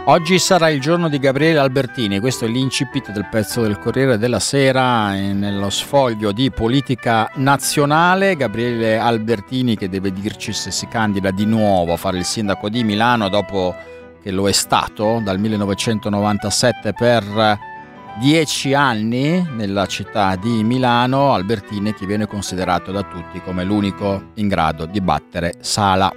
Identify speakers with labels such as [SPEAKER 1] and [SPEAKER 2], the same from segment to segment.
[SPEAKER 1] Oggi sarà il giorno di Gabriele Albertini, questo è l'incipit del pezzo del Corriere della Sera nello sfoglio di politica nazionale. Gabriele Albertini che deve dirci se si candida di nuovo a fare il sindaco di Milano dopo che lo è stato dal 1997 per 10 anni nella città di Milano. Albertini che viene considerato da tutti come l'unico in grado di battere Sala.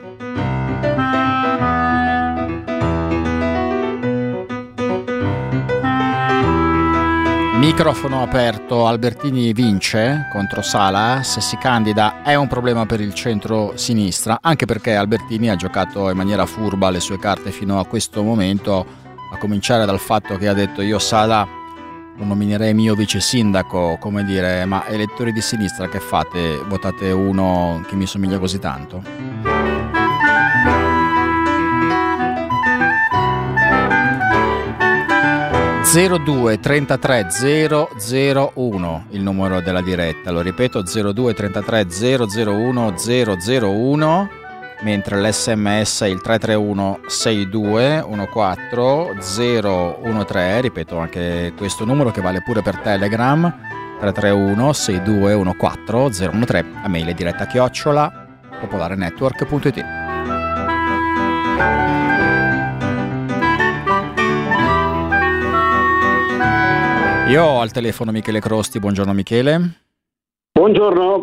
[SPEAKER 1] Microfono aperto, Albertini vince contro Sala, se si candida è un problema per il centro-sinistra, anche perché Albertini ha giocato in maniera furba le sue carte fino a questo momento, a cominciare dal fatto che ha detto io Sala lo nominerei mio vice sindaco, come dire, ma elettori di sinistra che fate? Votate uno che mi somiglia così tanto? 02 33 001 il numero della diretta, lo ripeto 02 33 001 001, mentre l'SMS è il 331 62 14 013, ripeto anche questo numero che vale pure per Telegram, 331 62 14 013, a mail è diretta @popolarenetwork.it. Io ho al telefono Michele Crosti, buongiorno Michele.
[SPEAKER 2] Buongiorno.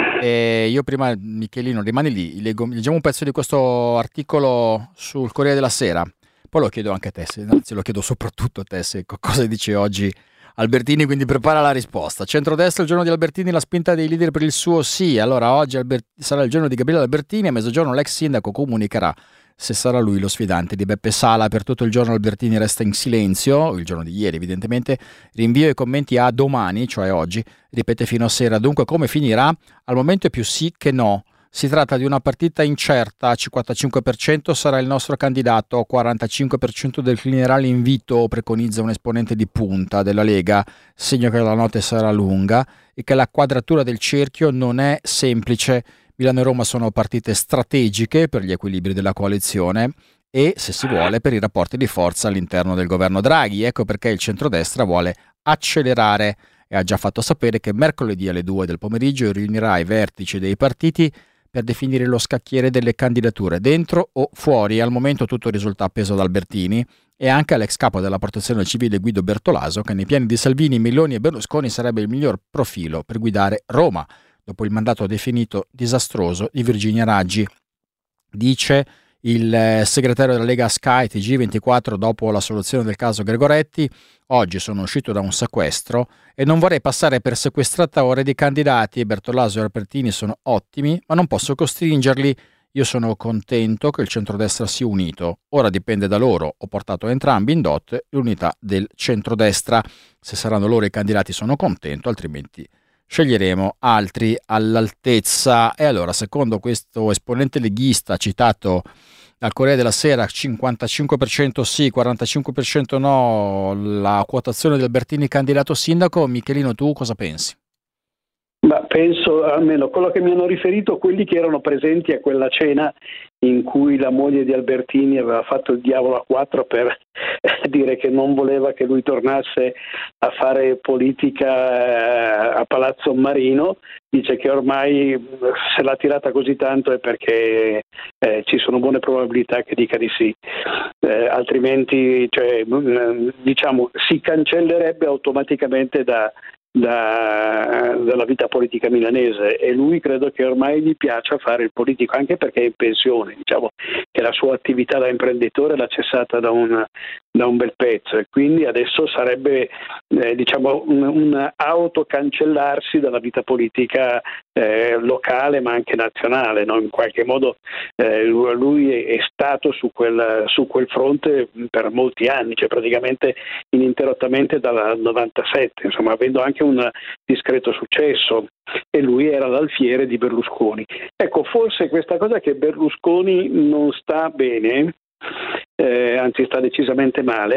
[SPEAKER 1] Io prima, Michelino, rimani lì, leggiamo un pezzo di questo articolo sul Corriere della Sera, poi lo chiedo anche a te, anzi lo chiedo soprattutto a te, se cosa dice oggi Albertini, quindi prepara la risposta. Centrodestra, il giorno di Albertini, la spinta dei leader per il suo sì. Allora oggi sarà il giorno di Gabriele Albertini, a mezzogiorno l'ex sindaco comunicherà se sarà lui lo sfidante di Beppe Sala. Per tutto il giorno Albertini resta in silenzio, il giorno di ieri evidentemente, rinvio i commenti a domani, cioè oggi, ripete fino a sera. Dunque come finirà? Al momento è più sì che no. Si tratta di una partita incerta, 55% sarà il nostro candidato, 45% declinerà l'invito, preconizza un esponente di punta della Lega, segno che la notte sarà lunga e che la quadratura del cerchio non è semplice. Milano e Roma sono partite strategiche per gli equilibri della coalizione e, se si vuole, per i rapporti di forza all'interno del governo Draghi. Ecco perché il centrodestra vuole accelerare e ha già fatto sapere che mercoledì alle 2 del pomeriggio riunirà i vertici dei partiti per definire lo scacchiere delle candidature, dentro o fuori. Al momento tutto risulta appeso ad Albertini e anche all'ex capo della protezione civile Guido Bertolaso, che nei piani di Salvini, Meloni e Berlusconi sarebbe il miglior profilo per guidare Roma, dopo il mandato definito disastroso di Virginia Raggi. Dice il segretario della Lega Sky TG24 dopo la soluzione del caso Gregoretti: oggi sono uscito da un sequestro e non vorrei passare per sequestratore di candidati. Bertolaso e Albertini sono ottimi, ma non posso costringerli. Io sono contento che il centrodestra sia unito. Ora dipende da loro. Ho portato entrambi in dote l'unità del centrodestra. Se saranno loro i candidati sono contento, altrimenti sceglieremo altri all'altezza. E allora, secondo questo esponente leghista citato dal Corriere della Sera, 55% sì, 45% no, la quotazione di Albertini candidato sindaco. Michelino, tu cosa pensi?
[SPEAKER 2] Ma penso, almeno quello che mi hanno riferito quelli che erano presenti a quella cena in cui la moglie di Albertini aveva fatto il diavolo a quattro per dire che non voleva che lui tornasse a fare politica a Palazzo Marino. Dice che ormai se l'ha tirata così tanto è perché ci sono buone probabilità che dica di sì, altrimenti diciamo si cancellerebbe automaticamente dalla vita politica milanese, e lui credo che ormai gli piaccia fare il politico, anche perché è in pensione, diciamo che la sua attività da imprenditore l'ha cessata da un bel pezzo, e quindi adesso sarebbe un autocancellarsi dalla vita politica locale ma anche nazionale, no? In qualche modo lui è stato su quel fronte per molti anni, cioè praticamente ininterrottamente dal 97, insomma, avendo anche un discreto successo, e lui era l'alfiere di Berlusconi. Ecco, forse questa cosa che Berlusconi non sta bene, anzi sta decisamente male,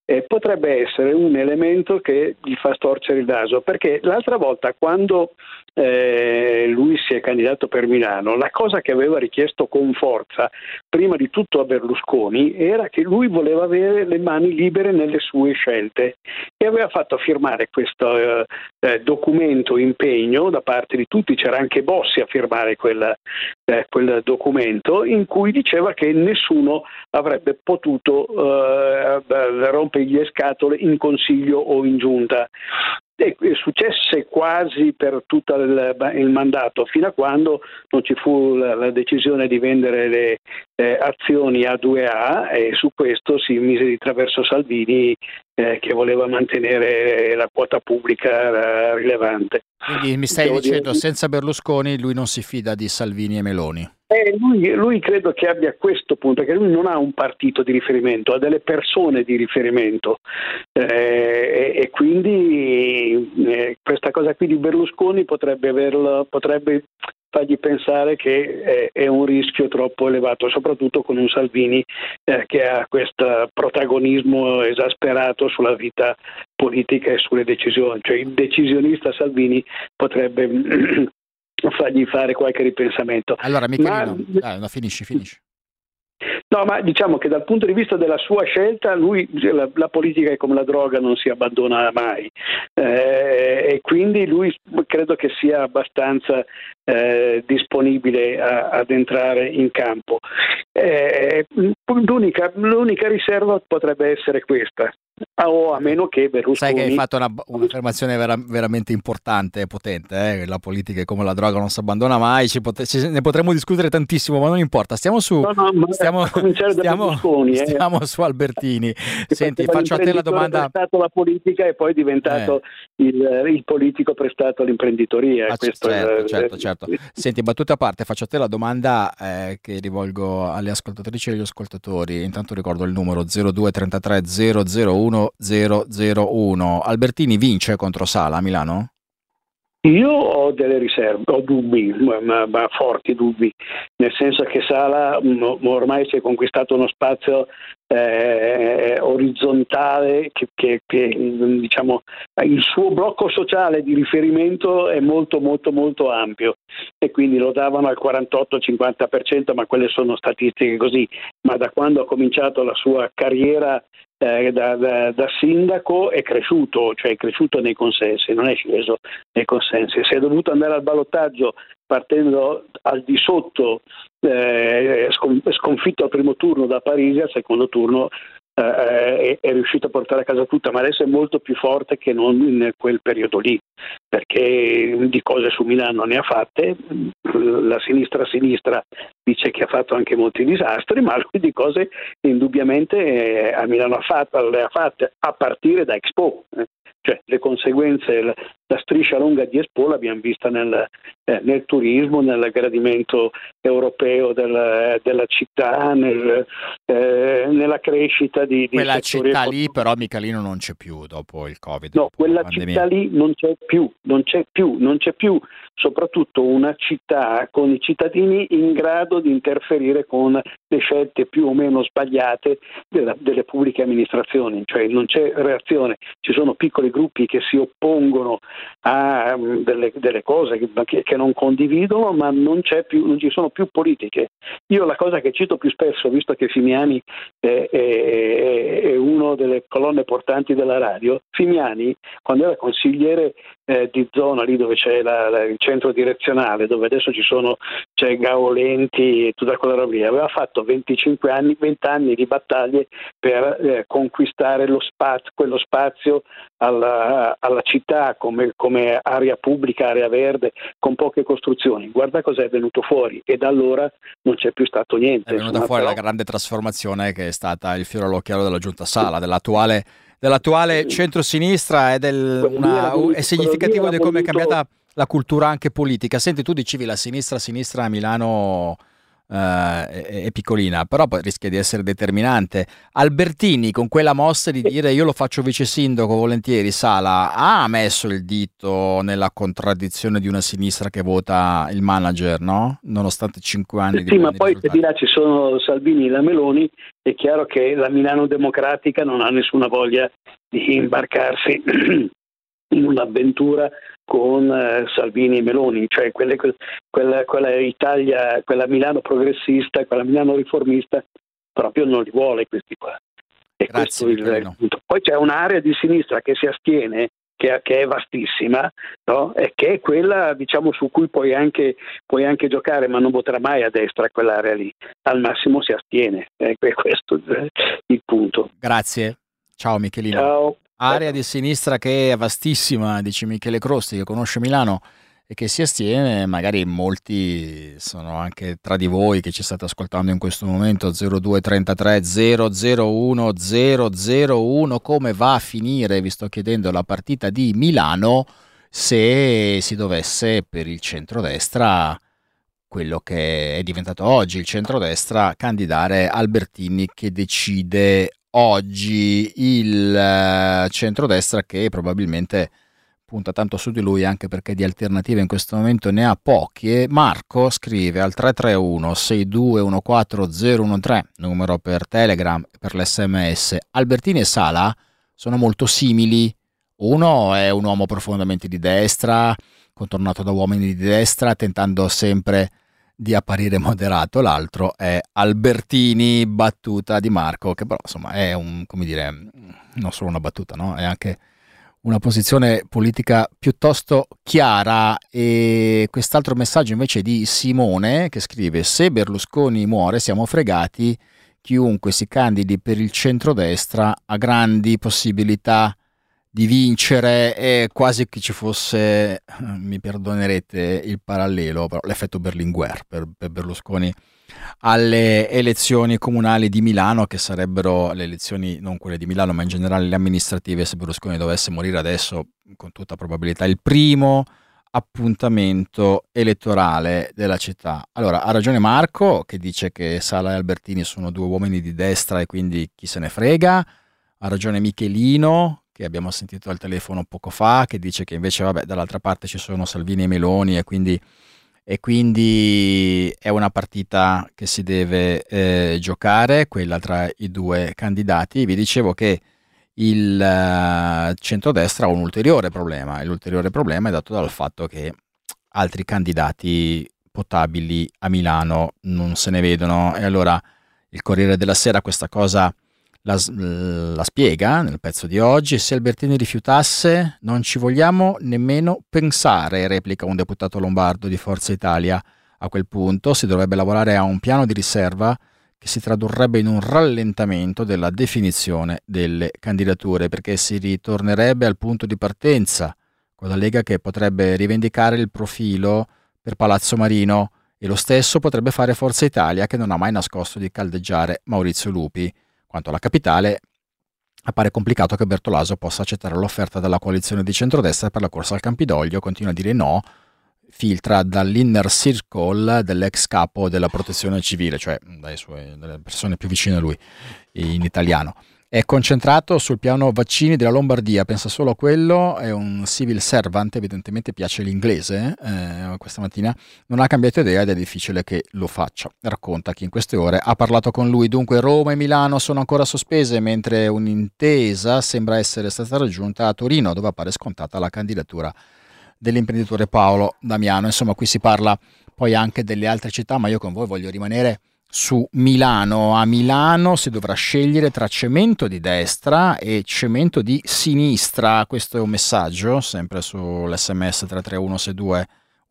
[SPEAKER 2] potrebbe essere un elemento che gli fa storcere il naso, perché l'altra volta quando lui si è candidato per Milano, la cosa che aveva richiesto con forza, prima di tutto a Berlusconi, era che lui voleva avere le mani libere nelle sue scelte e aveva fatto firmare questo documento impegno da parte di tutti, c'era anche Bossi a firmare quel documento in cui diceva che nessuno avrebbe potuto rompergli le scatole in consiglio o in giunta. E successe quasi per tutto il mandato, fino a quando non ci fu la decisione di vendere le azioni A2A, e su questo si mise di traverso Salvini, che voleva mantenere la quota pubblica rilevante.
[SPEAKER 1] Quindi mi stai dicendo, senza Berlusconi lui non si fida di Salvini e Meloni?
[SPEAKER 2] Lui credo che abbia questo punto, che lui non ha un partito di riferimento, ha delle persone di riferimento, e quindi questa cosa qui di Berlusconi potrebbe fargli pensare che è un rischio troppo elevato, soprattutto con un Salvini che ha questo protagonismo esasperato sulla vita politica e sulle decisioni, cioè il decisionista Salvini potrebbe fargli fare qualche ripensamento.
[SPEAKER 1] Allora Michelino, finisci.
[SPEAKER 2] No, ma diciamo che dal punto di vista della sua scelta, lui la politica è come la droga, non si abbandona mai, e quindi lui credo che sia abbastanza disponibile ad entrare in campo. L'unica riserva potrebbe essere questa. O a meno che Berlusconi...
[SPEAKER 1] Sai che hai fatto un'affermazione veramente importante e potente, la politica è come la droga, non si abbandona mai, ne potremmo discutere tantissimo, ma non importa, stiamo su Albertini. Senti, faccio a te la domanda. È
[SPEAKER 2] prestato alla politica e poi è diventato il politico prestato all'imprenditoria.
[SPEAKER 1] Certo. Senti, battute a parte, faccio a te la domanda che rivolgo alle ascoltatrici e agli ascoltatori. Intanto ricordo il numero 0233 001 001. Albertini vince contro Sala a Milano?
[SPEAKER 2] Io ho delle riserve, ho dubbi, ma forti dubbi, nel senso che Sala ormai si è conquistato uno spazio orizzontale che diciamo il suo blocco sociale di riferimento è molto molto molto ampio, e quindi lo davano al 48-50%, ma quelle sono statistiche così, ma da quando ha cominciato la sua carriera da sindaco è cresciuto nei consensi, non è sceso nei consensi. Si è dovuto andare al ballottaggio partendo al di sotto, sconfitto al primo turno da Parisi, al secondo turno è riuscito a portare a casa tutta, ma adesso è molto più forte che non in quel periodo lì, perché di cose su Milano ne ha fatte. La sinistra dice che ha fatto anche molti disastri, ma lui di cose indubbiamente a Milano le ha fatte, a partire da Expo. Cioè le conseguenze, la striscia lunga di Expo l'abbiamo vista nel turismo, nel gradimento europeo della città, nella crescita di
[SPEAKER 1] quella città lì, però Michelino non c'è più dopo il Covid.
[SPEAKER 2] No, quella città lì non c'è più, soprattutto una città con i cittadini in grado di interferire con le scelte più o meno sbagliate delle pubbliche amministrazioni, cioè non c'è reazione, ci sono piccoli gruppi che si oppongono a delle cose che non condividono, ma non ci sono più politiche. Io la cosa che cito più spesso, visto che Fimiani è uno delle colonne portanti della radio, Fimiani quando era consigliere di zona, lì dove c'è il centro direzionale, dove adesso c'è Gaolenti e tutta quella roba lì, aveva fatto 20 anni di battaglie per conquistare quello spazio alla città come area pubblica, area verde, con poche costruzioni. Guarda cos'è venuto fuori, e da allora non c'è più stato niente.
[SPEAKER 1] È venuta fuori la grande trasformazione che è stata il fiore all'occhiello della Giunta Sala, dell'attuale centrosinistra, è significativo di come è cambiata la cultura anche politica. Senti, tu dicevi la sinistra a Milano è piccolina, però poi rischia di essere determinante. Albertini, con quella mossa di dire io lo faccio vice sindaco volentieri, Sala, ha messo il dito nella contraddizione di una sinistra che vota il manager, no? Nonostante 5 anni di
[SPEAKER 2] Sì, ma
[SPEAKER 1] buoni
[SPEAKER 2] poi se
[SPEAKER 1] risultati.
[SPEAKER 2] di là ci sono Salvini e la Meloni, è chiaro che la Milano democratica non ha nessuna voglia di imbarcarsi in un'avventura con Salvini e Meloni, cioè quella Italia, quella Milano progressista, quella Milano riformista proprio non li vuole questi qua. E
[SPEAKER 1] Grazie
[SPEAKER 2] questo è il
[SPEAKER 1] Michelino.
[SPEAKER 2] punto. Poi c'è un'area di sinistra che si astiene, che è vastissima, no? E che è quella, diciamo, su cui puoi anche giocare, ma non voterà mai a destra quell'area lì. Al massimo si astiene. Questo è il punto.
[SPEAKER 1] Grazie. Ciao Michelino.
[SPEAKER 2] Ciao.
[SPEAKER 1] Area di sinistra che è vastissima, dice Michele Crosti, che conosce Milano e che si astiene, magari molti sono anche tra di voi che ci state ascoltando in questo momento. 0233 001 001, come va a finire? Vi sto chiedendo la partita di Milano se si dovesse per il centrodestra, quello che è diventato oggi il centrodestra, candidare Albertini, che decide oggi il centrodestra, che probabilmente punta tanto su di lui, anche perché di alternative in questo momento ne ha poche. Marco scrive al 331 6214013, numero per Telegram, per l'SMS: Albertini e Sala sono molto simili. Uno è un uomo profondamente di destra, contornato da uomini di destra, tentando sempre di apparire moderato. L'altro è Albertini, battuta di Marco, che però insomma è un, come dire, non solo una battuta, no? È anche una posizione politica piuttosto chiara. E quest'altro messaggio invece di Simone, che scrive: se Berlusconi muore siamo fregati, chiunque si candidi per il centrodestra ha grandi possibilità di vincere. È quasi che ci fosse, mi perdonerete il parallelo, però l'effetto Berlinguer per Berlusconi alle elezioni comunali di Milano, che sarebbero le elezioni, non quelle di Milano ma in generale le amministrative, se Berlusconi dovesse morire adesso, con tutta probabilità il primo appuntamento elettorale della città. Allora, ha ragione Marco, che dice che Sala e Albertini sono due uomini di destra e quindi chi se ne frega. Ha ragione Michelino, che abbiamo sentito al telefono poco fa, che dice che invece, vabbè, dall'altra parte ci sono Salvini e Meloni e quindi è una partita che si deve giocare, quella tra i due candidati. Vi dicevo che il centrodestra ha un ulteriore problema, e l'ulteriore problema è dato dal fatto che altri candidati potabili a Milano non se ne vedono. E allora il Corriere della Sera questa cosa la spiega nel pezzo di oggi: se Albertini rifiutasse non ci vogliamo nemmeno pensare, replica un deputato lombardo di Forza Italia. A quel punto si dovrebbe lavorare a un piano di riserva che si tradurrebbe in un rallentamento della definizione delle candidature, perché si ritornerebbe al punto di partenza, con la Lega che potrebbe rivendicare il profilo per Palazzo Marino, e lo stesso potrebbe fare Forza Italia, che non ha mai nascosto di caldeggiare Maurizio Lupi. Quanto alla capitale, appare complicato che Bertolaso possa accettare l'offerta della coalizione di centrodestra per la corsa al Campidoglio. Continua a dire no, filtra dall'inner circle dell'ex capo della protezione civile, cioè dalle persone più vicine a lui, in italiano. È concentrato sul piano vaccini della Lombardia, pensa solo a quello, è un civil servant, evidentemente piace l'inglese, questa mattina non ha cambiato idea ed è difficile che lo faccia, racconta chi in queste ore ha parlato con lui. Dunque Roma e Milano sono ancora sospese, mentre un'intesa sembra essere stata raggiunta a Torino, dove appare scontata la candidatura dell'imprenditore Paolo Damiano. Insomma, qui si parla poi anche delle altre città, ma io con voi voglio rimanere su Milano. A Milano si dovrà scegliere tra cemento di destra e cemento di sinistra. Questo è un messaggio sempre sull'SMS 33162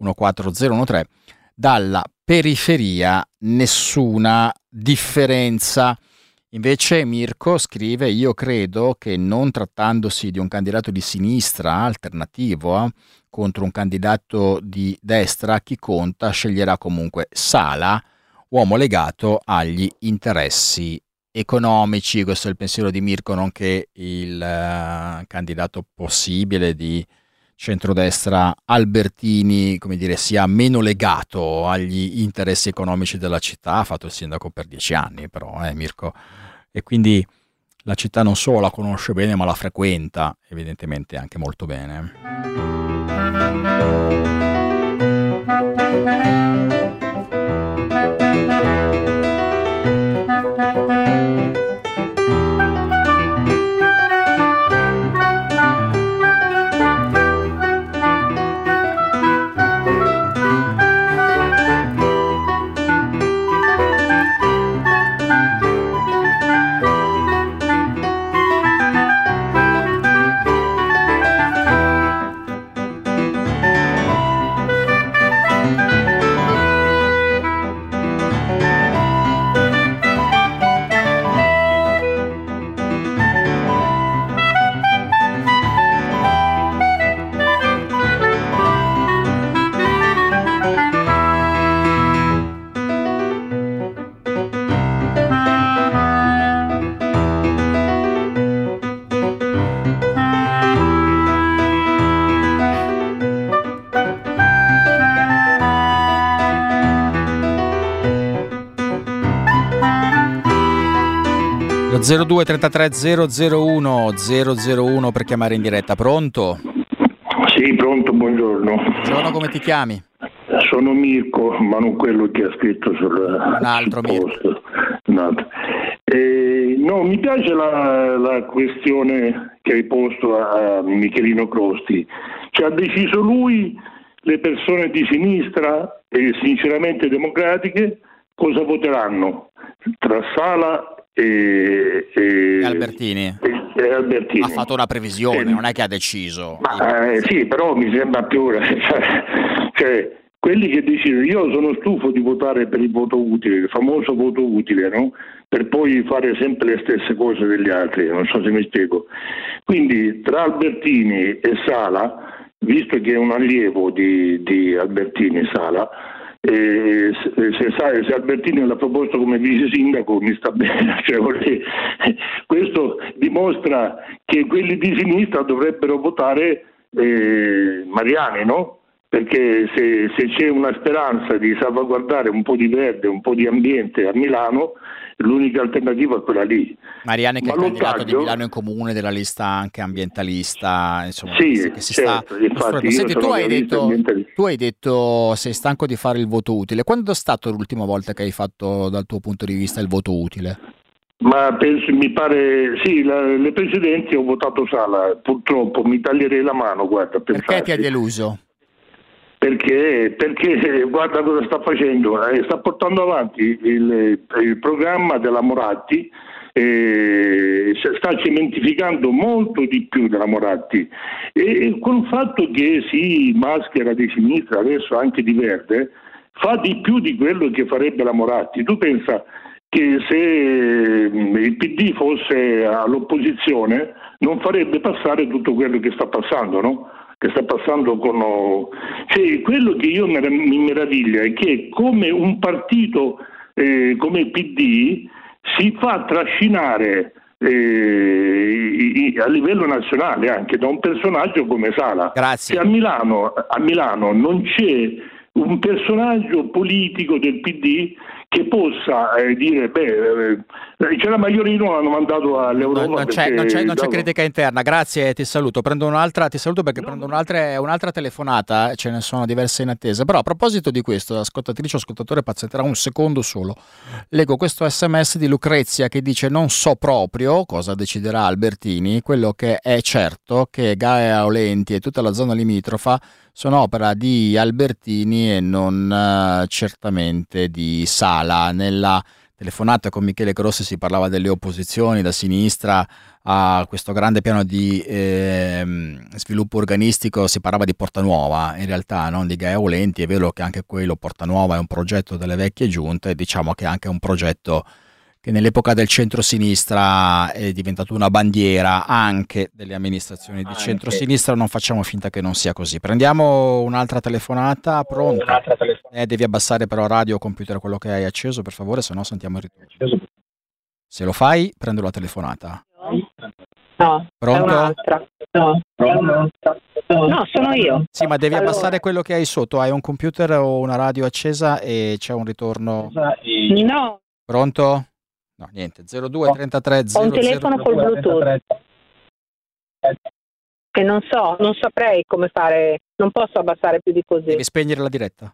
[SPEAKER 1] 14013. Dalla periferia nessuna differenza. Invece Mirko scrive: io credo che, non trattandosi di un candidato di sinistra alternativo contro un candidato di destra, chi conta sceglierà comunque Sala, uomo legato agli interessi economici. Questo è il pensiero di Mirko, nonché il candidato possibile di centrodestra Albertini, come dire, sia meno legato agli interessi economici della città. Ha fatto il sindaco per 10 anni però, Mirko, e quindi la città non solo la conosce bene ma la frequenta evidentemente anche molto bene. Lo 02 33 001 001 per chiamare in diretta. Pronto?
[SPEAKER 3] Sì, pronto, buongiorno.
[SPEAKER 1] Buongiorno, come ti chiami?
[SPEAKER 3] Sono Mirko, ma non quello che ha scritto
[SPEAKER 1] un altro
[SPEAKER 3] post. No, mi piace la questione che hai posto a Michelino Crosti. Cioè, ha deciso lui, le persone di sinistra e sinceramente democratiche cosa voteranno tra Sala e
[SPEAKER 1] Albertini.
[SPEAKER 3] E Albertini.
[SPEAKER 1] Ha fatto una previsione, non è che ha deciso.
[SPEAKER 3] Sì, però mi sembra più cioè, quelli che decidono. Io sono stufo di votare per il voto utile, il famoso voto utile, no? Per poi fare sempre le stesse cose degli altri, non so se mi spiego. Quindi tra Albertini e Sala, visto che è un allievo di Albertini Sala, se Albertini l'ha proposto come vice sindaco mi sta bene, cioè, questo dimostra che quelli di sinistra dovrebbero votare Mariani, no? Perché se c'è una speranza di salvaguardare un po' di verde, un po' di ambiente a Milano, l'unica alternativa è quella lì.
[SPEAKER 1] Mariani che è il candidato di Milano in Comune della lista anche ambientalista, insomma,
[SPEAKER 3] sì,
[SPEAKER 1] che si
[SPEAKER 3] certo,
[SPEAKER 1] sta costruendo. Senti, tu hai detto sei stanco di fare il voto utile. Quando è stato l'ultima volta che hai fatto dal tuo punto di vista il voto utile?
[SPEAKER 3] Ma mi pare, sì, le precedenti ho votato Sala, purtroppo mi taglierei la mano, guarda.
[SPEAKER 1] Perché ti ha deluso?
[SPEAKER 3] Perché guarda cosa sta facendo, sta portando avanti il programma della Moratti, sta cementificando molto di più della Moratti, e col fatto che si maschera di sinistra, adesso anche di verde, fa di più di quello che farebbe la Moratti. Tu pensa che se il PD fosse all'opposizione non farebbe passare tutto quello che sta passando, no? Che sta passando cioè, quello che io mi meraviglia è che come un partito come il PD si fa trascinare a livello nazionale anche da un personaggio come Sala.
[SPEAKER 1] Grazie.
[SPEAKER 3] Che a Milano non c'è un personaggio politico del PD che possa dire c'era Maiorino, l'hanno mandato all'Europa.
[SPEAKER 1] Non c'è critica interna. Grazie, ti saluto. Ti saluto perché prendo un'altra telefonata, ce ne sono diverse in attesa. Però a proposito di questo, ascoltatrice o ascoltatore, pazienterà un secondo solo. Leggo questo SMS di Lucrezia che dice: non so proprio cosa deciderà Albertini, quello che è certo che Gaia Aulenti e tutta la zona limitrofa sono opera di Albertini e non certamente di Sala. Nella telefonata con Michele Crossi si parlava delle opposizioni da sinistra a questo grande piano di sviluppo organistico, si parlava di Porta Nuova, in realtà non di Gaia Aulenti. È vero che anche quello, Porta Nuova, è un progetto delle vecchie giunte, diciamo che è anche un progetto che nell'epoca del centro-sinistra è diventato una bandiera anche delle amministrazioni di centro-sinistra. Non facciamo finta che non sia così. Prendiamo un'altra telefonata. Pronto? Devi abbassare però radio o computer quello che hai acceso, per favore, se no sentiamo il ritorno. Se lo fai, prendo la telefonata.
[SPEAKER 4] No.
[SPEAKER 1] Pronto?
[SPEAKER 4] È un'altra. No, è un'altra. No, sono io.
[SPEAKER 1] Sì, ma devi abbassare quello che hai sotto. Hai un computer o una radio accesa e c'è un ritorno.
[SPEAKER 4] No.
[SPEAKER 1] Pronto? No, niente. 02 33
[SPEAKER 4] Ho un telefono col Bluetooth. Che non saprei come fare, non posso abbassare più di così.
[SPEAKER 1] Devi spegnere la diretta.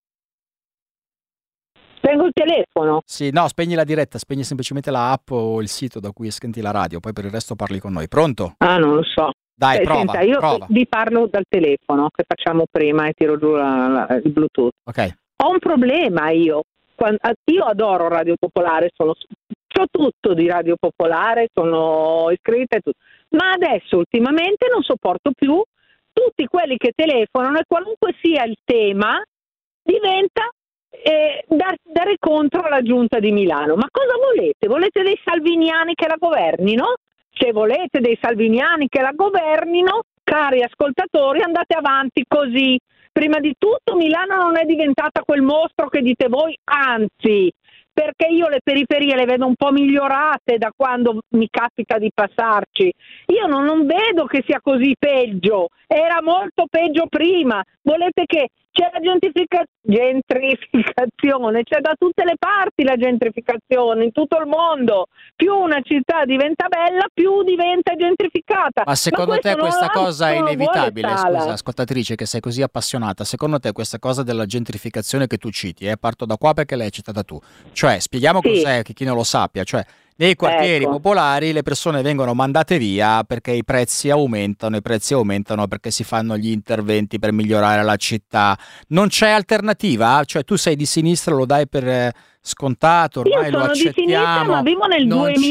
[SPEAKER 4] Spengo il telefono.
[SPEAKER 1] Sì, no, spegni la diretta, spegni semplicemente la app o il sito da cui senti la radio, poi per il resto parli con noi. Pronto?
[SPEAKER 4] Ah, non lo so.
[SPEAKER 1] Dai, prova,
[SPEAKER 4] senta, io
[SPEAKER 1] prova.
[SPEAKER 4] vi parlo dal telefono che facciamo prima e tiro giù il Bluetooth.
[SPEAKER 1] Ok.
[SPEAKER 4] Ho un problema io adoro Radio Popolare, so tutto di Radio Popolare, sono iscritta e tutto, ma adesso ultimamente non sopporto più tutti quelli che telefonano e qualunque sia il tema diventa dare contro alla giunta di Milano. Ma cosa volete? Volete dei salviniani che la governino? Se volete dei salviniani che la governino, cari ascoltatori, andate avanti così. Prima di tutto Milano non è diventata quel mostro che dite voi, anzi, perché io le periferie le vedo un po' migliorate da quando mi capita di passarci. Io non vedo che sia così peggio, era molto peggio prima. Volete che c'è la gentrificazione, c'è da tutte le parti la gentrificazione, in tutto il mondo. Più una città diventa bella, più diventa gentrificata.
[SPEAKER 1] Ma secondo te questa cosa è inevitabile? Scusa, ascoltatrice, che sei così appassionata, secondo te questa cosa della gentrificazione che tu citi, parto da qua perché l'hai citata tu, cioè spieghiamo cos'è, che chi non lo sappia, cioè nei quartieri popolari le persone vengono mandate via perché i prezzi aumentano perché si fanno gli interventi per migliorare la città. Non c'è alternativa? Cioè tu sei di sinistra, lo dai per scontato, ormai lo accettiamo.
[SPEAKER 4] Io sono di sinistra, ma vivo nel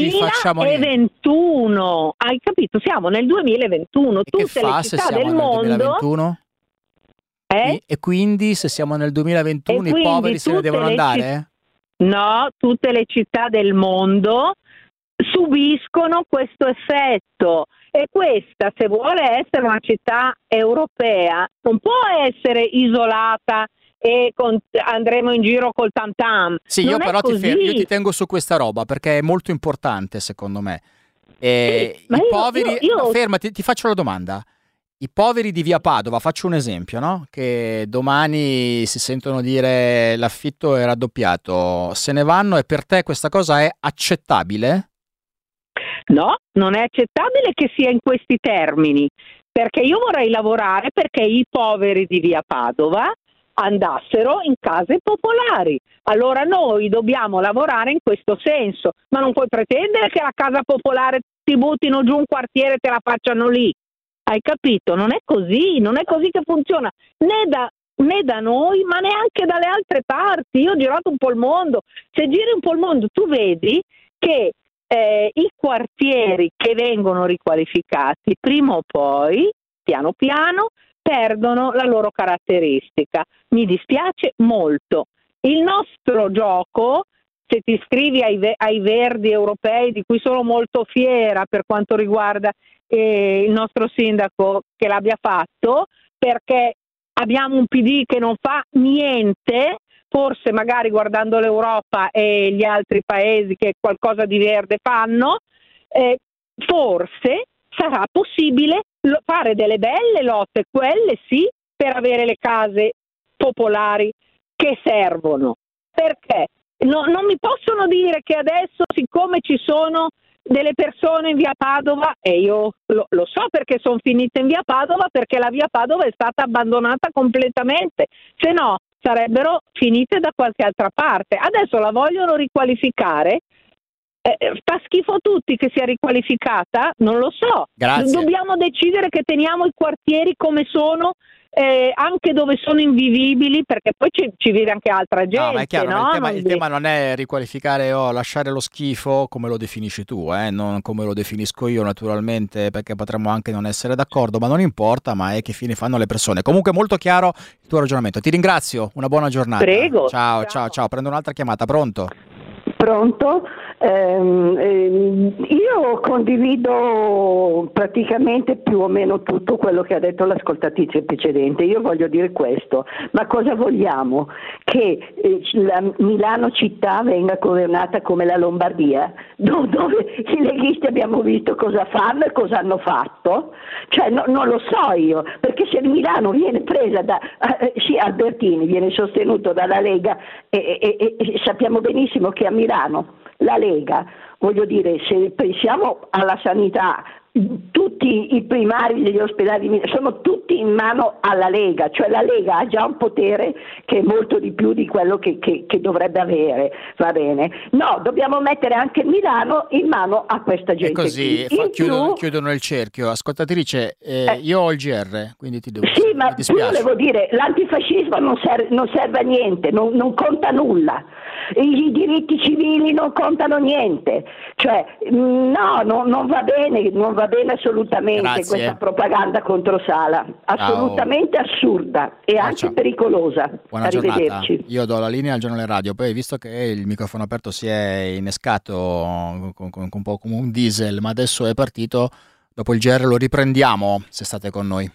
[SPEAKER 4] 2021. Hai capito? Siamo nel 2021.
[SPEAKER 1] E
[SPEAKER 4] tutte le città del mondo.
[SPEAKER 1] 2021? E quindi se siamo nel 2021 i poveri se ne devono andare?
[SPEAKER 4] No, tutte le città del mondo subiscono questo effetto e questa, se vuole essere una città europea, non può essere isolata e andremo in giro col tam tam.
[SPEAKER 1] Sì,
[SPEAKER 4] non
[SPEAKER 1] io però
[SPEAKER 4] io
[SPEAKER 1] ti tengo su questa roba perché è molto importante secondo me. I poveri, fermati, ti faccio la domanda. I poveri di via Padova, faccio un esempio, no? Che domani si sentono dire l'affitto è raddoppiato, se ne vanno e per te questa cosa è accettabile?
[SPEAKER 4] No, non è accettabile che sia in questi termini, perché io vorrei lavorare perché i poveri di via Padova andassero in case popolari. Allora noi dobbiamo lavorare in questo senso, ma non puoi pretendere che la casa popolare ti buttino giù un quartiere e te la facciano lì. Hai capito? Non è così che funziona, né da noi, ma neanche dalle altre parti. Io ho girato un po' il mondo. Se giri un po' il mondo, tu vedi che i quartieri che vengono riqualificati, prima o poi, piano piano, perdono la loro caratteristica. Mi dispiace molto. Il nostro gioco, se ti iscrivi ai Verdi europei, di cui sono molto fiera per quanto riguarda il nostro sindaco che l'abbia fatto, perché abbiamo un PD che non fa niente, forse magari guardando l'Europa e gli altri paesi che qualcosa di verde fanno, forse sarà possibile fare delle belle lotte, quelle sì, per avere le case popolari che servono. Perché? Non mi possono dire che adesso, siccome ci sono delle persone in via Padova, e io lo so perché sono finite in via Padova, perché la via Padova è stata abbandonata completamente, se no sarebbero finite da qualche altra parte. Adesso la vogliono riqualificare, fa schifo a tutti che sia riqualificata, non lo so.
[SPEAKER 1] Grazie.
[SPEAKER 4] Dobbiamo decidere che teniamo i quartieri come sono, anche dove sono invivibili, perché poi ci vive anche altra gente.
[SPEAKER 1] No, ma è chiaro,
[SPEAKER 4] no?
[SPEAKER 1] il tema non è riqualificare o lasciare lo schifo come lo definisci tu, non come lo definisco io naturalmente, perché potremmo anche non essere d'accordo, ma non importa, ma è che fine fanno le persone. Comunque molto chiaro il tuo ragionamento, ti ringrazio, una buona giornata.
[SPEAKER 4] Prego.
[SPEAKER 1] Ciao. Prendo un'altra chiamata, pronto?
[SPEAKER 4] Pronto? Io condivido praticamente più o meno tutto quello che ha detto l'ascoltatrice precedente. Io voglio dire questo, ma cosa vogliamo? Che la Milano città venga governata come la Lombardia, dove i leghisti abbiamo visto cosa fanno e cosa hanno fatto? Cioè non lo so io, perché se Milano viene presa da Albertini, viene sostenuto dalla Lega e sappiamo benissimo che a Milano la Lega, voglio dire, se pensiamo alla sanità, tutti i primari degli ospedali sono tutti in mano alla Lega, cioè la Lega ha già un potere che è molto di più di quello che dovrebbe avere, va bene? No, dobbiamo mettere anche Milano in mano a questa gente.
[SPEAKER 1] E così chiudono il cerchio. Ascoltatrice, io ho il GR, quindi ti devo
[SPEAKER 4] Sì, ma io volevo dire, l'antifascismo non serve a niente, non conta nulla. I diritti civili non contano niente, cioè no, non va bene assolutamente.
[SPEAKER 1] Grazie.
[SPEAKER 4] Questa propaganda contro Sala, assolutamente assurda e anche pericolosa.
[SPEAKER 1] Buona
[SPEAKER 4] Arrivederci.
[SPEAKER 1] giornata. Io do la linea al giornale radio, poi visto che il microfono aperto si è innescato con un po' come un diesel, ma adesso è partito, dopo il GR lo riprendiamo se state con noi.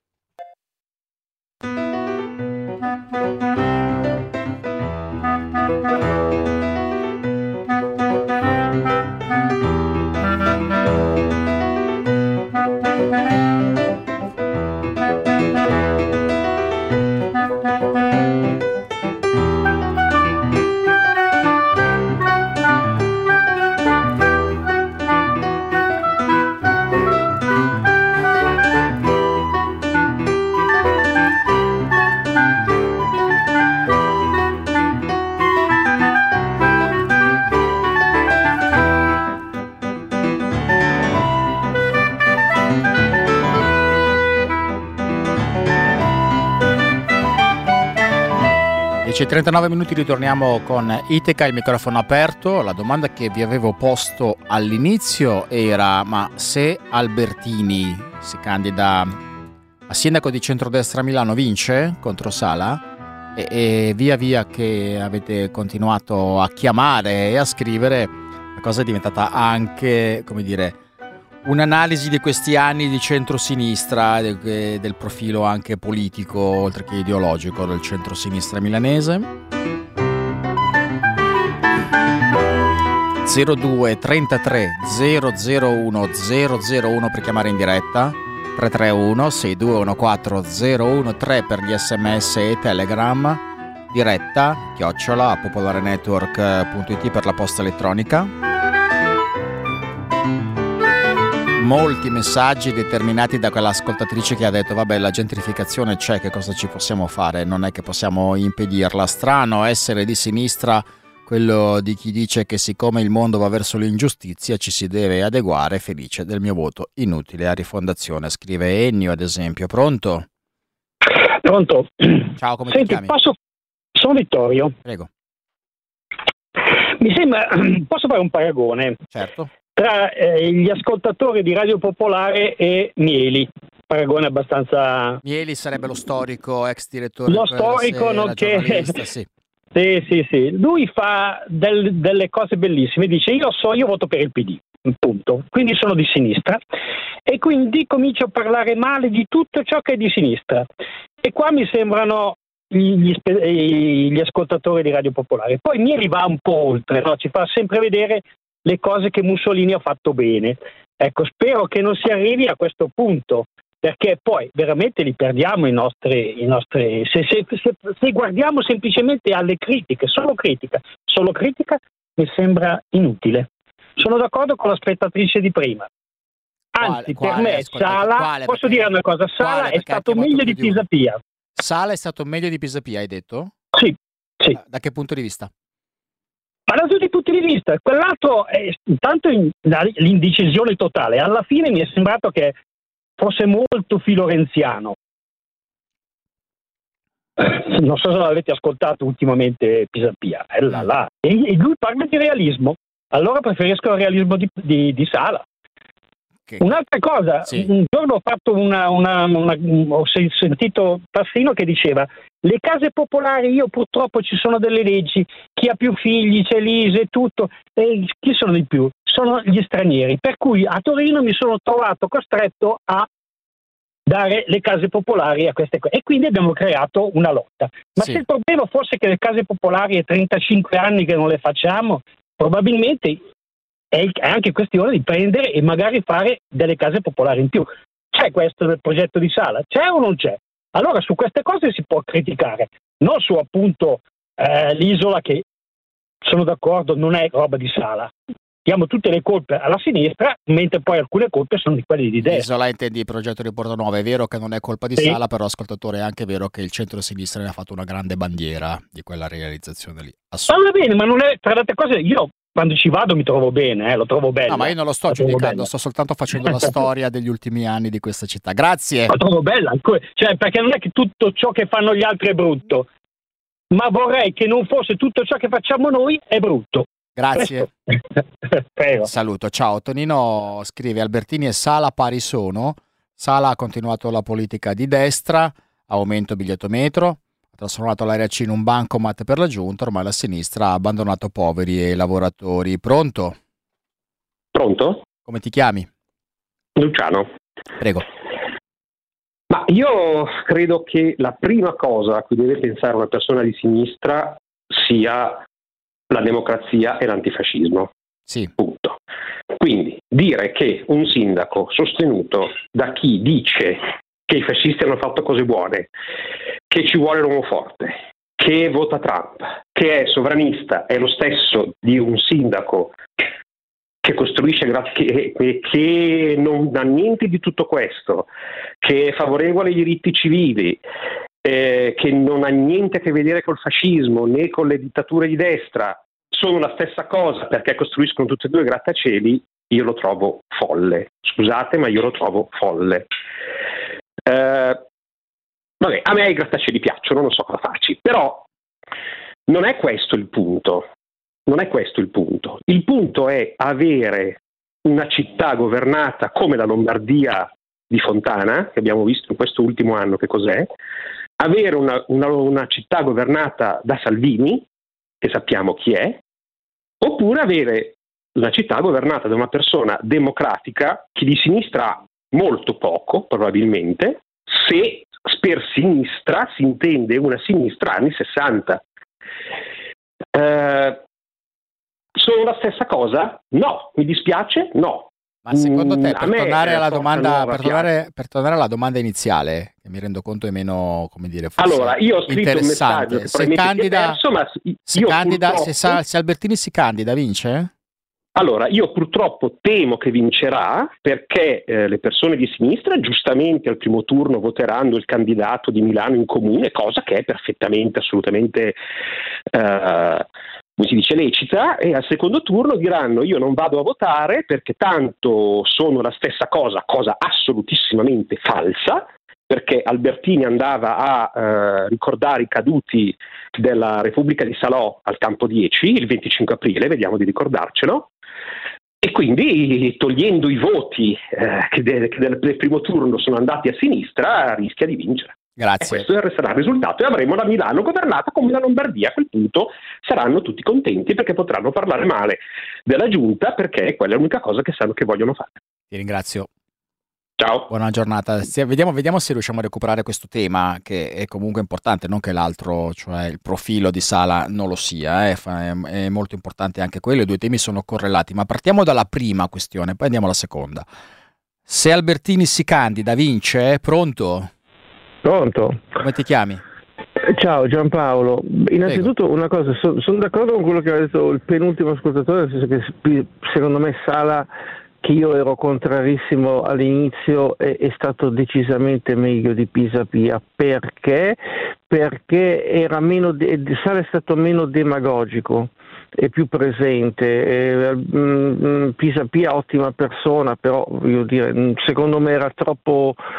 [SPEAKER 1] C'è 39 minuti, ritorniamo con Iteca, il microfono aperto. La domanda che vi avevo posto all'inizio era: ma se Albertini si candida a sindaco di centrodestra a Milano, vince contro Sala? E via via che avete continuato a chiamare e a scrivere, la cosa è diventata anche, come dire, un'analisi di questi anni di centrosinistra, del profilo anche politico oltre che ideologico del centrosinistra milanese. 02 33 001 001 per chiamare in diretta, 331 6214 013 per gli sms e telegram, diretta @popolarenetwork.it per la posta elettronica. Molti messaggi determinati da quell'ascoltatrice che ha detto: vabbè, la gentrificazione c'è, che cosa ci possiamo fare? Non è che possiamo impedirla. Strano essere di sinistra quello di chi dice che siccome il mondo va verso l'ingiustizia ci si deve adeguare. Felice del mio voto inutile a Rifondazione, scrive Ennio ad esempio. Pronto?
[SPEAKER 5] Pronto?
[SPEAKER 1] Ciao, come
[SPEAKER 5] Senti,
[SPEAKER 1] ti chiami?
[SPEAKER 5] Sono Vittorio.
[SPEAKER 1] Prego.
[SPEAKER 5] Mi sembra, posso fare un paragone?
[SPEAKER 1] Certo.
[SPEAKER 5] Tra gli ascoltatori di Radio Popolare e Mieli, paragone abbastanza...
[SPEAKER 1] Mieli sarebbe lo storico ex direttore
[SPEAKER 5] lo storico, nonché...
[SPEAKER 1] Sì.
[SPEAKER 5] Sì. Lui fa delle cose bellissime, dice io voto per il PD, punto, quindi sono di sinistra e quindi comincio a parlare male di tutto ciò che è di sinistra e qua mi sembrano gli ascoltatori di Radio Popolare. Poi Mieli va un po' oltre, no? Ci fa sempre vedere le cose che Mussolini ha fatto bene. Ecco, spero che non si arrivi a questo punto, perché poi veramente li perdiamo i nostri se guardiamo semplicemente alle critiche, solo critica mi sembra inutile. Sono d'accordo con la spettatrice di prima. Anzi, per me Sala, posso dire una cosa, Sala è stato meglio di Pisapia.
[SPEAKER 1] Sala è stato meglio di Pisapia, hai detto?
[SPEAKER 5] Sì.
[SPEAKER 1] Da che punto di vista?
[SPEAKER 5] Ma da tutti i punti di vista, quell'altro è intanto l'indecisione totale. Alla fine mi è sembrato che fosse molto filorenziano. Non so se l'avete ascoltato ultimamente Pisapia. E lui parla di realismo. Allora preferisco il realismo di Sala. Un'altra cosa, sì. Un giorno ho fatto ho sentito Tassino che diceva Le case popolari, io purtroppo ci sono delle leggi, chi ha più figli, c'è l'ISE e tutto, e chi sono di più? Sono gli stranieri, per cui a Torino mi sono trovato costretto a dare le case popolari a queste cose, e quindi abbiamo creato una lotta. Ma
[SPEAKER 1] Sì.
[SPEAKER 5] se il problema fosse che le case popolari è 35 anni che non le facciamo, probabilmente è anche questione di prendere e magari fare delle case popolari in più. C'è questo nel progetto di Sala? C'è o non c'è? Allora su queste cose si può criticare, non su appunto l'isola, che sono d'accordo, non è roba di Sala. Diamo tutte le colpe alla sinistra, mentre poi alcune colpe sono di quelli di destra.
[SPEAKER 1] L'isola intendi il progetto di Porto Nuovo, è vero che non è colpa di
[SPEAKER 5] Sì.
[SPEAKER 1] Sala, però ascoltatore è anche vero che il centro-sinistra ne ha fatto una grande bandiera di quella realizzazione lì.
[SPEAKER 5] Ma va bene, ma non è, tra le altre cose, io quando ci vado mi trovo bene, lo trovo bello.
[SPEAKER 1] No, ma io non lo sto giudicando, sto soltanto facendo la storia degli ultimi anni di questa città. Grazie.
[SPEAKER 5] La trovo bella, cioè, perché non è che tutto ciò che fanno gli altri è brutto, ma vorrei che non fosse tutto ciò che facciamo noi è brutto.
[SPEAKER 1] Grazie.
[SPEAKER 5] Prego.
[SPEAKER 1] Saluto, ciao. Tonino scrive: Albertini e Sala pari sono. Sala ha continuato la politica di destra, aumento biglietto metro, ha trasformato l'area C in un bancomat per la giunta, ormai la sinistra ha abbandonato poveri e lavoratori. Pronto?
[SPEAKER 6] Pronto?
[SPEAKER 1] Come ti chiami?
[SPEAKER 6] Luciano.
[SPEAKER 1] Prego.
[SPEAKER 6] Ma io credo che la prima cosa a cui deve pensare una persona di sinistra sia la democrazia e l'antifascismo.
[SPEAKER 1] Sì.
[SPEAKER 6] Punto. Quindi dire che un sindaco sostenuto da chi dice che i fascisti hanno fatto cose buone, che ci vuole l'uomo forte, che vota Trump, che è sovranista, è lo stesso di un sindaco che costruisce, che non ha niente di tutto questo, che è favorevole ai diritti civili, che non ha niente a che vedere col fascismo né con le dittature di destra, sono la stessa cosa perché costruiscono tutti e due grattacieli, io lo trovo folle. Scusate, ma io lo trovo folle. Vabbè, a me i grattacieli piacciono, non so cosa farci, però non è questo il punto. Non è questo il punto. Il punto è avere una città governata come la Lombardia di Fontana, che abbiamo visto in questo ultimo anno che cos'è, avere una città governata da Salvini, che sappiamo chi è, oppure avere una città governata da una persona democratica che di sinistra ha molto poco, probabilmente, se per sinistra si intende una sinistra anni 60. Sono la stessa cosa? No. Mi dispiace? No.
[SPEAKER 1] Ma secondo te,
[SPEAKER 6] a me
[SPEAKER 1] per tornare alla domanda iniziale, che mi rendo conto è meno, come dire, forse
[SPEAKER 6] allora, io ho scritto un messaggio che
[SPEAKER 1] se Albertini si candida, vince?
[SPEAKER 6] Allora, io purtroppo temo che vincerà perché le persone di sinistra giustamente al primo turno voteranno il candidato di Milano in comune, cosa che è perfettamente, assolutamente come si dice, lecita, e al secondo turno diranno io non vado a votare perché tanto sono la stessa cosa assolutissimamente falsa, perché Albertini andava a ricordare i caduti della Repubblica di Salò al campo 10 il 25 aprile, vediamo di ricordarcelo, e quindi togliendo i voti che del primo turno sono andati a sinistra rischia di vincere.
[SPEAKER 1] Grazie.
[SPEAKER 6] E questo sarà il risultato e avremo la Milano governata come la Lombardia. A quel punto saranno tutti contenti perché potranno parlare male della giunta, perché quella è l'unica cosa che sanno che vogliono fare.
[SPEAKER 1] Ti ringrazio.
[SPEAKER 6] Ciao.
[SPEAKER 1] Buona giornata. Vediamo se riusciamo a recuperare questo tema, che è comunque importante, non che l'altro, cioè il profilo di Sala, non lo sia, è molto importante anche quello, i due temi sono correlati, ma partiamo dalla prima questione, poi andiamo alla seconda. Se Albertini si candida, vince? Pronto?
[SPEAKER 7] Pronto?
[SPEAKER 1] Come ti chiami?
[SPEAKER 7] Ciao Giampaolo, innanzitutto una cosa, sono d'accordo con quello che ha detto il penultimo ascoltatore, nel senso che secondo me Sala, che io ero contrarissimo all'inizio, è stato decisamente meglio di Pisapia. Perché? Perché era Sala è stato meno demagogico e più presente. Pisapia ottima persona, però voglio dire, secondo me era troppo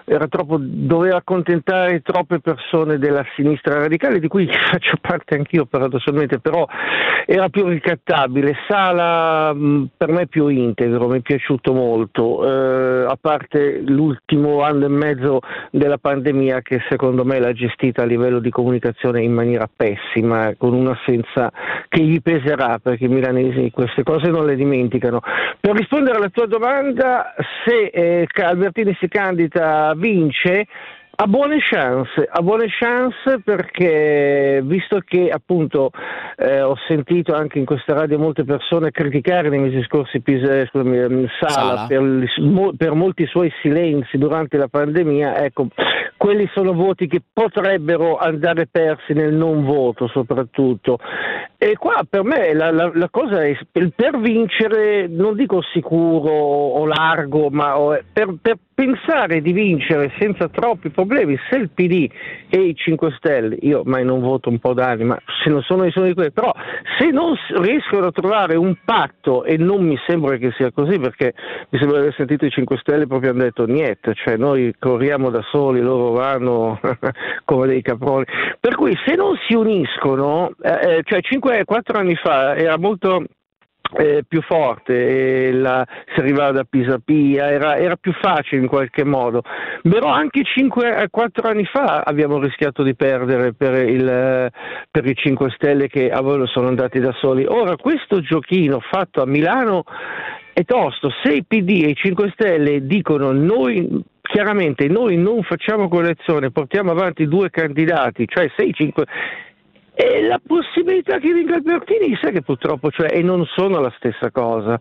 [SPEAKER 7] doveva accontentare troppe persone della sinistra radicale, di cui faccio parte anch'io paradossalmente, però era più ricattabile. Sala per me più integro, mi è piaciuto molto, a parte l'ultimo anno e mezzo della pandemia che secondo me l'ha gestita a livello di comunicazione in maniera pessima, con un'assenza che gli peserà, perché i milanesi queste cose non le dimenticano. Per rispondere alla tua domanda, se Albertini si candida, vince, ha buone chance perché, visto che appunto ho sentito anche in questa radio molte persone criticare nei mesi scorsi Sala. Per molti suoi silenzi durante la pandemia, ecco, quelli sono voti che potrebbero andare persi nel non voto soprattutto. E qua per me la cosa è per vincere, non dico sicuro o largo, ma per pensare di vincere senza troppi problemi, se il PD e i 5 Stelle, io mai non voto un po' d'anni, ma se non sono di quelli, però se non riescono a trovare un patto, e non mi sembra che sia così, perché mi sembra di aver sentito i 5 Stelle proprio hanno detto niente, cioè noi corriamo da soli, loro vanno come dei caproni, per cui se non si uniscono, cioè 4 anni fa era molto più forte, si arrivava da Pisapia, era più facile in qualche modo, però anche 4 anni fa abbiamo rischiato di perdere per i 5 Stelle che sono andati da soli. Ora questo giochino fatto a Milano è tosto, se i PD e i 5 Stelle dicono chiaramente noi non facciamo coalizione, portiamo avanti 2 candidati, cioè 6-5, e la possibilità che vinca Albertini, sai che purtroppo, e non sono la stessa cosa,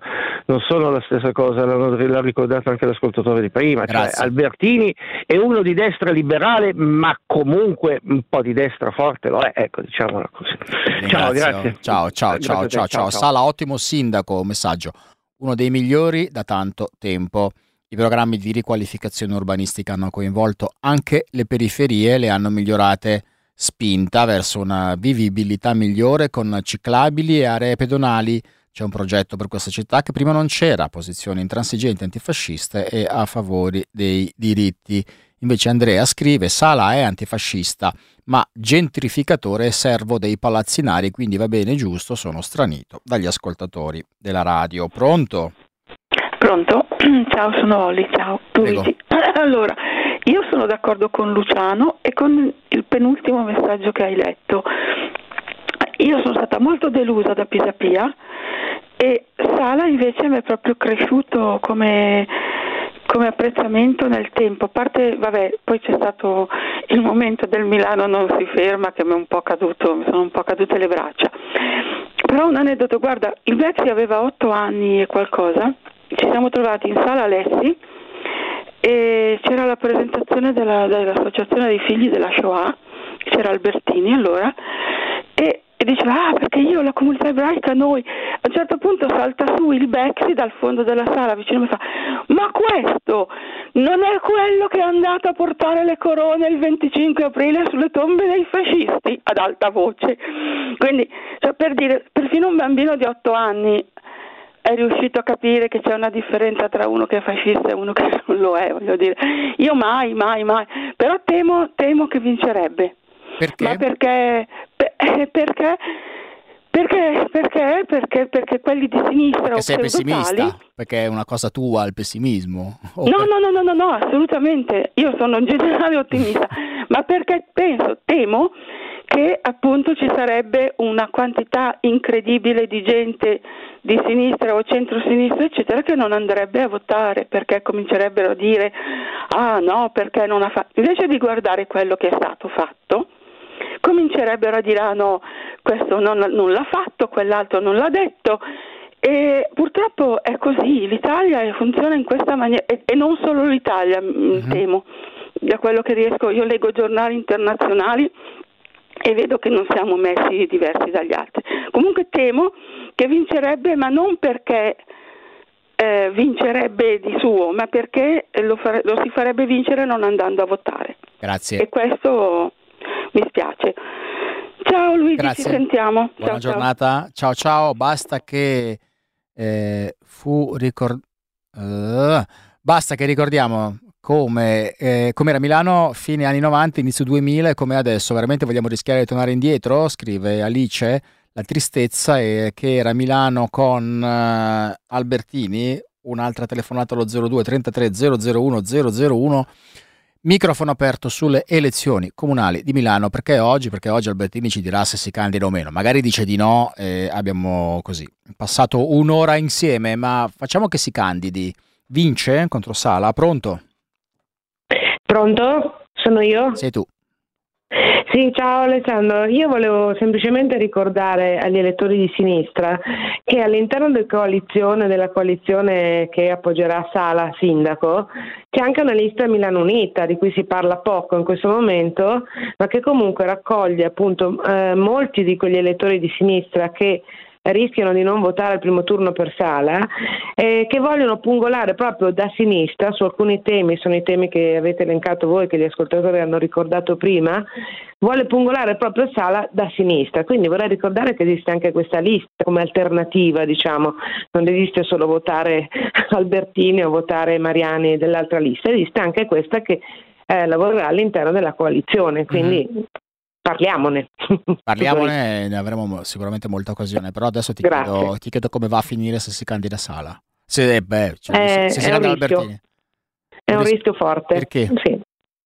[SPEAKER 7] l'ha ricordato anche l'ascoltatore di prima, cioè Albertini è uno di destra liberale, ma comunque un po' di destra forte lo è, ecco, diciamola così. Ciao, grazie.
[SPEAKER 1] Ciao. Sala, ottimo sindaco, messaggio, uno dei migliori da tanto tempo. I programmi di riqualificazione urbanistica hanno coinvolto anche le periferie, le hanno migliorate, spinta verso una vivibilità migliore con ciclabili e aree pedonali. C'è un progetto per questa città che prima non c'era, posizioni intransigenti, antifasciste e a favore dei diritti. Invece Andrea scrive: Sala è antifascista, ma gentrificatore e servo dei palazzinari, quindi va bene, giusto. Sono stranito dagli ascoltatori della radio. Pronto?
[SPEAKER 8] Ciao, sono Olli, ciao Luigi. Allora, io sono d'accordo con Luciano e con il penultimo messaggio che hai letto. Io sono stata molto delusa da Pisapia e Sala invece mi è proprio cresciuto come apprezzamento nel tempo. A parte, poi c'è stato il momento del Milano non si ferma che mi sono un po' cadute le braccia. Però un aneddoto, guarda, il Bexi aveva 8 anni e qualcosa, ci siamo trovati in Sala Alessi e c'era la presentazione dell'associazione dei figli della Shoah, c'era Albertini allora, e diceva perché io, la comunità ebraica, noi. A un certo punto salta su il Bexi dal fondo della sala vicino e mi fa: ma questo non è quello che è andato a portare le corone il 25 aprile sulle tombe dei fascisti, ad alta voce. Quindi, per dire, perfino un bambino di 8 anni è riuscito a capire che c'è una differenza tra uno che è fascista e uno che non lo è, voglio dire. Io mai, però temo che vincerebbe.
[SPEAKER 1] Perché?
[SPEAKER 8] Ma perché quelli di sinistra
[SPEAKER 1] perché
[SPEAKER 8] o
[SPEAKER 1] sei pessimista?
[SPEAKER 8] pseudotali,
[SPEAKER 1] perché è una cosa tua il pessimismo?
[SPEAKER 8] No, assolutamente. Io sono in generale ottimista, ma perché temo che appunto ci sarebbe una quantità incredibile di gente di sinistra o centro-sinistra eccetera che non andrebbe a votare perché comincerebbero a dire no, perché non ha fatto, invece di guardare quello che è stato fatto comincerebbero a dire no, questo non l'ha fatto, quell'altro non l'ha detto. E purtroppo è così, l'Italia funziona in questa maniera e non solo l'Italia, temo, da quello che riesco, io leggo giornali internazionali e vedo che non siamo messi diversi dagli altri. Comunque temo che vincerebbe, ma non perché vincerebbe di suo, ma perché lo si farebbe vincere non andando a votare.
[SPEAKER 1] Grazie.
[SPEAKER 8] E questo mi spiace. Ciao Luigi,
[SPEAKER 1] Grazie.
[SPEAKER 8] ci sentiamo.
[SPEAKER 1] Buona giornata. Ciao. Basta che basta che ricordiamo come era Milano fine anni 90, inizio 2000 e come adesso. Veramente vogliamo rischiare di tornare indietro? Scrive Alice. La tristezza è che era Milano con Albertini. Un'altra telefonata allo 02 33 001 001. Microfono aperto sulle elezioni comunali di Milano. Perché oggi Albertini ci dirà se si candida o meno. Magari dice di no e abbiamo così passato un'ora insieme, ma facciamo che si candidi. Vince contro Sala. Pronto?
[SPEAKER 9] Pronto? Sono io?
[SPEAKER 1] Sei tu.
[SPEAKER 9] Sì, ciao Alessandro. Io volevo semplicemente ricordare agli elettori di sinistra che all'interno della coalizione che appoggerà Sala sindaco c'è anche una lista Milano Unita di cui si parla poco in questo momento, ma che comunque raccoglie appunto molti di quegli elettori di sinistra che rischiano di non votare al primo turno per Sala, che vogliono pungolare proprio da sinistra su alcuni temi, sono i temi che avete elencato voi, che gli ascoltatori hanno ricordato prima, vuole pungolare proprio Sala da sinistra, quindi vorrei ricordare che esiste anche questa lista come alternativa, diciamo, non esiste solo votare Albertini o votare Mariani dell'altra lista, esiste anche questa che lavorerà all'interno della coalizione, quindi parliamone,
[SPEAKER 1] ne avremo sicuramente molta occasione, però adesso ti chiedo come va a finire se si candida Sala. Se si candida Albertini.
[SPEAKER 9] È un rischio forte.
[SPEAKER 1] Perché?
[SPEAKER 9] Sì.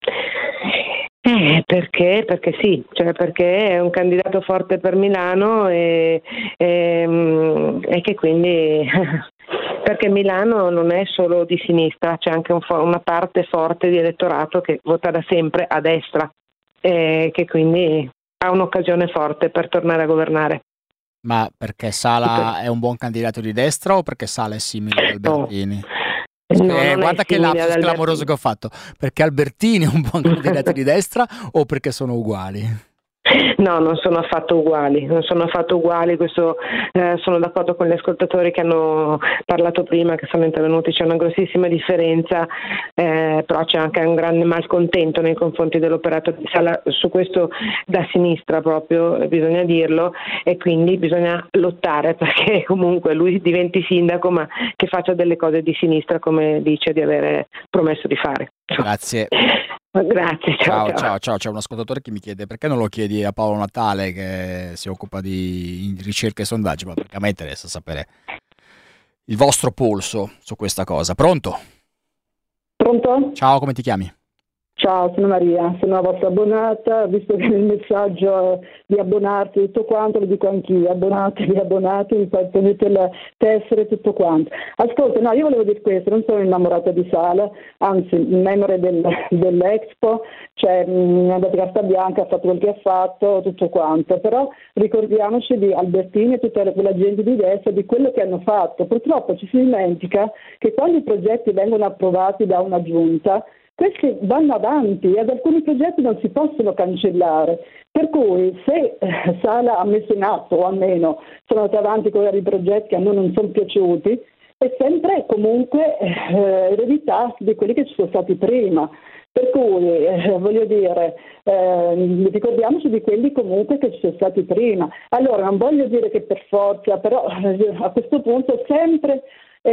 [SPEAKER 9] Perché sì, cioè perché è un candidato forte per Milano e che quindi perché Milano non è solo di sinistra, c'è anche una parte forte di elettorato che vota da sempre a destra. Che quindi ha un'occasione forte per tornare a governare.
[SPEAKER 1] Ma perché Sala è un buon candidato di destra o perché Sala è simile ad Albertini? Guarda che lapsus clamoroso che ho fatto. Perché Albertini è un buon candidato di destra o perché sono uguali?
[SPEAKER 9] No, non sono affatto uguali, questo sono d'accordo con gli ascoltatori che hanno parlato prima, che sono intervenuti, c'è una grossissima differenza, però c'è anche un grande malcontento nei confronti dell'operato di Sala, su questo da sinistra proprio, bisogna dirlo, e quindi bisogna lottare perché comunque lui diventi sindaco ma che faccia delle cose di sinistra come dice di avere promesso di fare.
[SPEAKER 1] Grazie.
[SPEAKER 9] Grazie, ciao.
[SPEAKER 1] C'è un ascoltatore che mi chiede perché non lo chiedi a Paolo Natale che si occupa di ricerche e sondaggi, ma perché a me interessa sapere il vostro polso su questa cosa. Pronto?
[SPEAKER 10] Pronto?
[SPEAKER 1] Ciao, come ti chiami?
[SPEAKER 10] Ciao, sono Maria, sono una vostra abbonata, visto che nel messaggio di abbonarti tutto quanto, lo dico anch'io, abbonatevi, poi prendete le tessere e tutto quanto. Ascolta, no, io volevo dire questo, non sono innamorata di Sala, anzi, memore dell'Expo, cioè è andata carta bianca, ha fatto quel che ha fatto, tutto quanto, però ricordiamoci di Albertini e tutta quella gente di destra, di quello che hanno fatto. Purtroppo ci si dimentica che quando i progetti vengono approvati da una giunta, questi vanno avanti e ad alcuni progetti non si possono cancellare, per cui se Sala ha messo in atto o almeno sono andati avanti con i progetti che a noi non sono piaciuti, è sempre comunque eredità di quelli che ci sono stati prima. Per cui voglio dire, ricordiamoci di quelli comunque che ci sono stati prima. Allora non voglio dire che per forza, però a questo punto sempre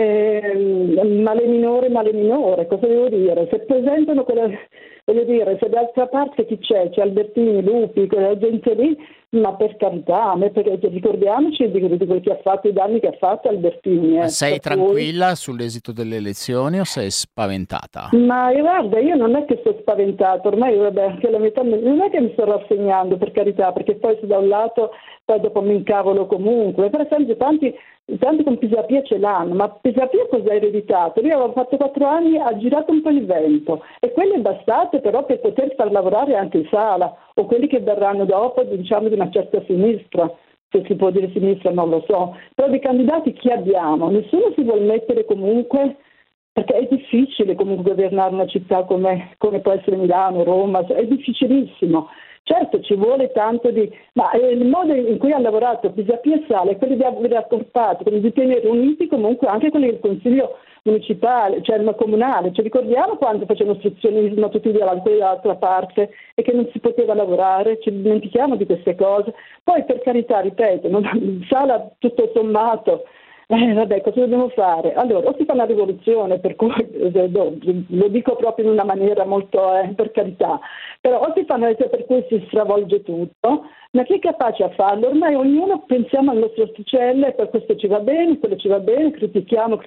[SPEAKER 10] male minore, cosa devo dire? Se presentano voglio dire, se d'altra parte chi c'è Albertini, Lupi, quella gente lì, ma per carità, ricordiamoci di quel che ha fatto, i danni che ha fatto Albertini.
[SPEAKER 1] Ma sei tranquilla sull'esito delle elezioni o sei spaventata?
[SPEAKER 10] Ma guarda, io non è che sto spaventata, ormai anche la metà, non è che mi sto rassegnando, per carità, perché poi se da un lato poi dopo mi incavolo comunque, per esempio tanti con Pisapia ce l'hanno, ma Pisapia cosa ha ereditato? Lui aveva fatto 4 anni, ha girato un po' il vento e quello è bastato però per poter far lavorare anche il Sala o quelli che verranno dopo, diciamo di una certa sinistra, se si può dire sinistra non lo so, però di candidati chi abbiamo? Nessuno si vuol mettere comunque, perché è difficile comunque governare una città come può essere Milano, Roma, è difficilissimo. Certo ci vuole tanto ma il modo in cui ha lavorato Pisapia e Sala è quello di aver accorpato, quello di tenere uniti comunque anche quelli del Consiglio municipale, cioè il comunale, ricordiamo quando facevano ostruzionismo tutti dall'altra parte e che non si poteva lavorare, ci dimentichiamo di queste cose. Poi per carità, ripeto, Sala tutto sommato Vabbè, cosa dobbiamo fare? Allora, o si fa una rivoluzione, per cui lo dico proprio in una maniera molto, per carità, però o si fa una rivoluzione per cui si stravolge tutto, ma chi è capace a farlo? Ormai ognuno pensiamo al nostro asticelle, per questo ci va bene, quello ci va bene, critichiamo,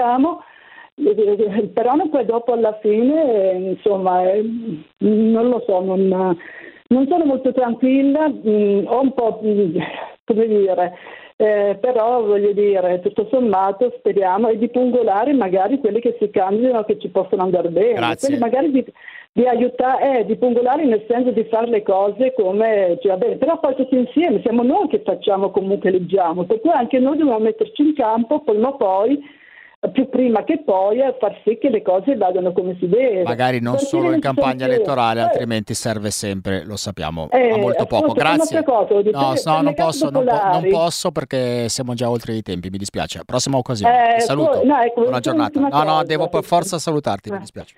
[SPEAKER 10] però poi dopo alla fine, insomma, non lo so, non sono molto tranquilla, ho un po', come dire, però voglio dire, tutto sommato speriamo e di pungolare magari quelli che si candidano, che ci possono andare bene.
[SPEAKER 1] Grazie.
[SPEAKER 10] Quelli magari di aiutare, di pungolare nel senso di fare le cose come ci va bene, però poi tutti insieme siamo noi che facciamo, comunque leggiamo, per cui anche noi dobbiamo metterci in campo prima o poi, più prima che poi, a far sì che le cose vadano come si deve.
[SPEAKER 1] Magari non
[SPEAKER 10] perché
[SPEAKER 1] solo in campagna elettorale, altrimenti serve sempre, lo sappiamo, a molto poco. Grazie. Non posso perché siamo già oltre i tempi, mi dispiace. Prossima occasione. Ti saluto. Buona giornata. No, devo per forza salutarti, mi dispiace.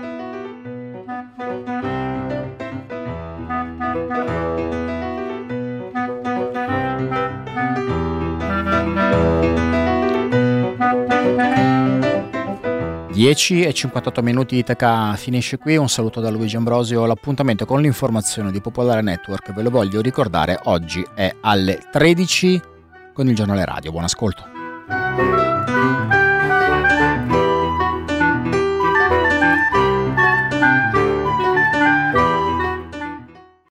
[SPEAKER 1] 10:58 Itaca finisce qui. Un saluto da Luigi Ambrosio. L'appuntamento con l'informazione di Popolare Network, ve lo voglio ricordare, oggi è alle 13 con il giornale radio. Buon ascolto.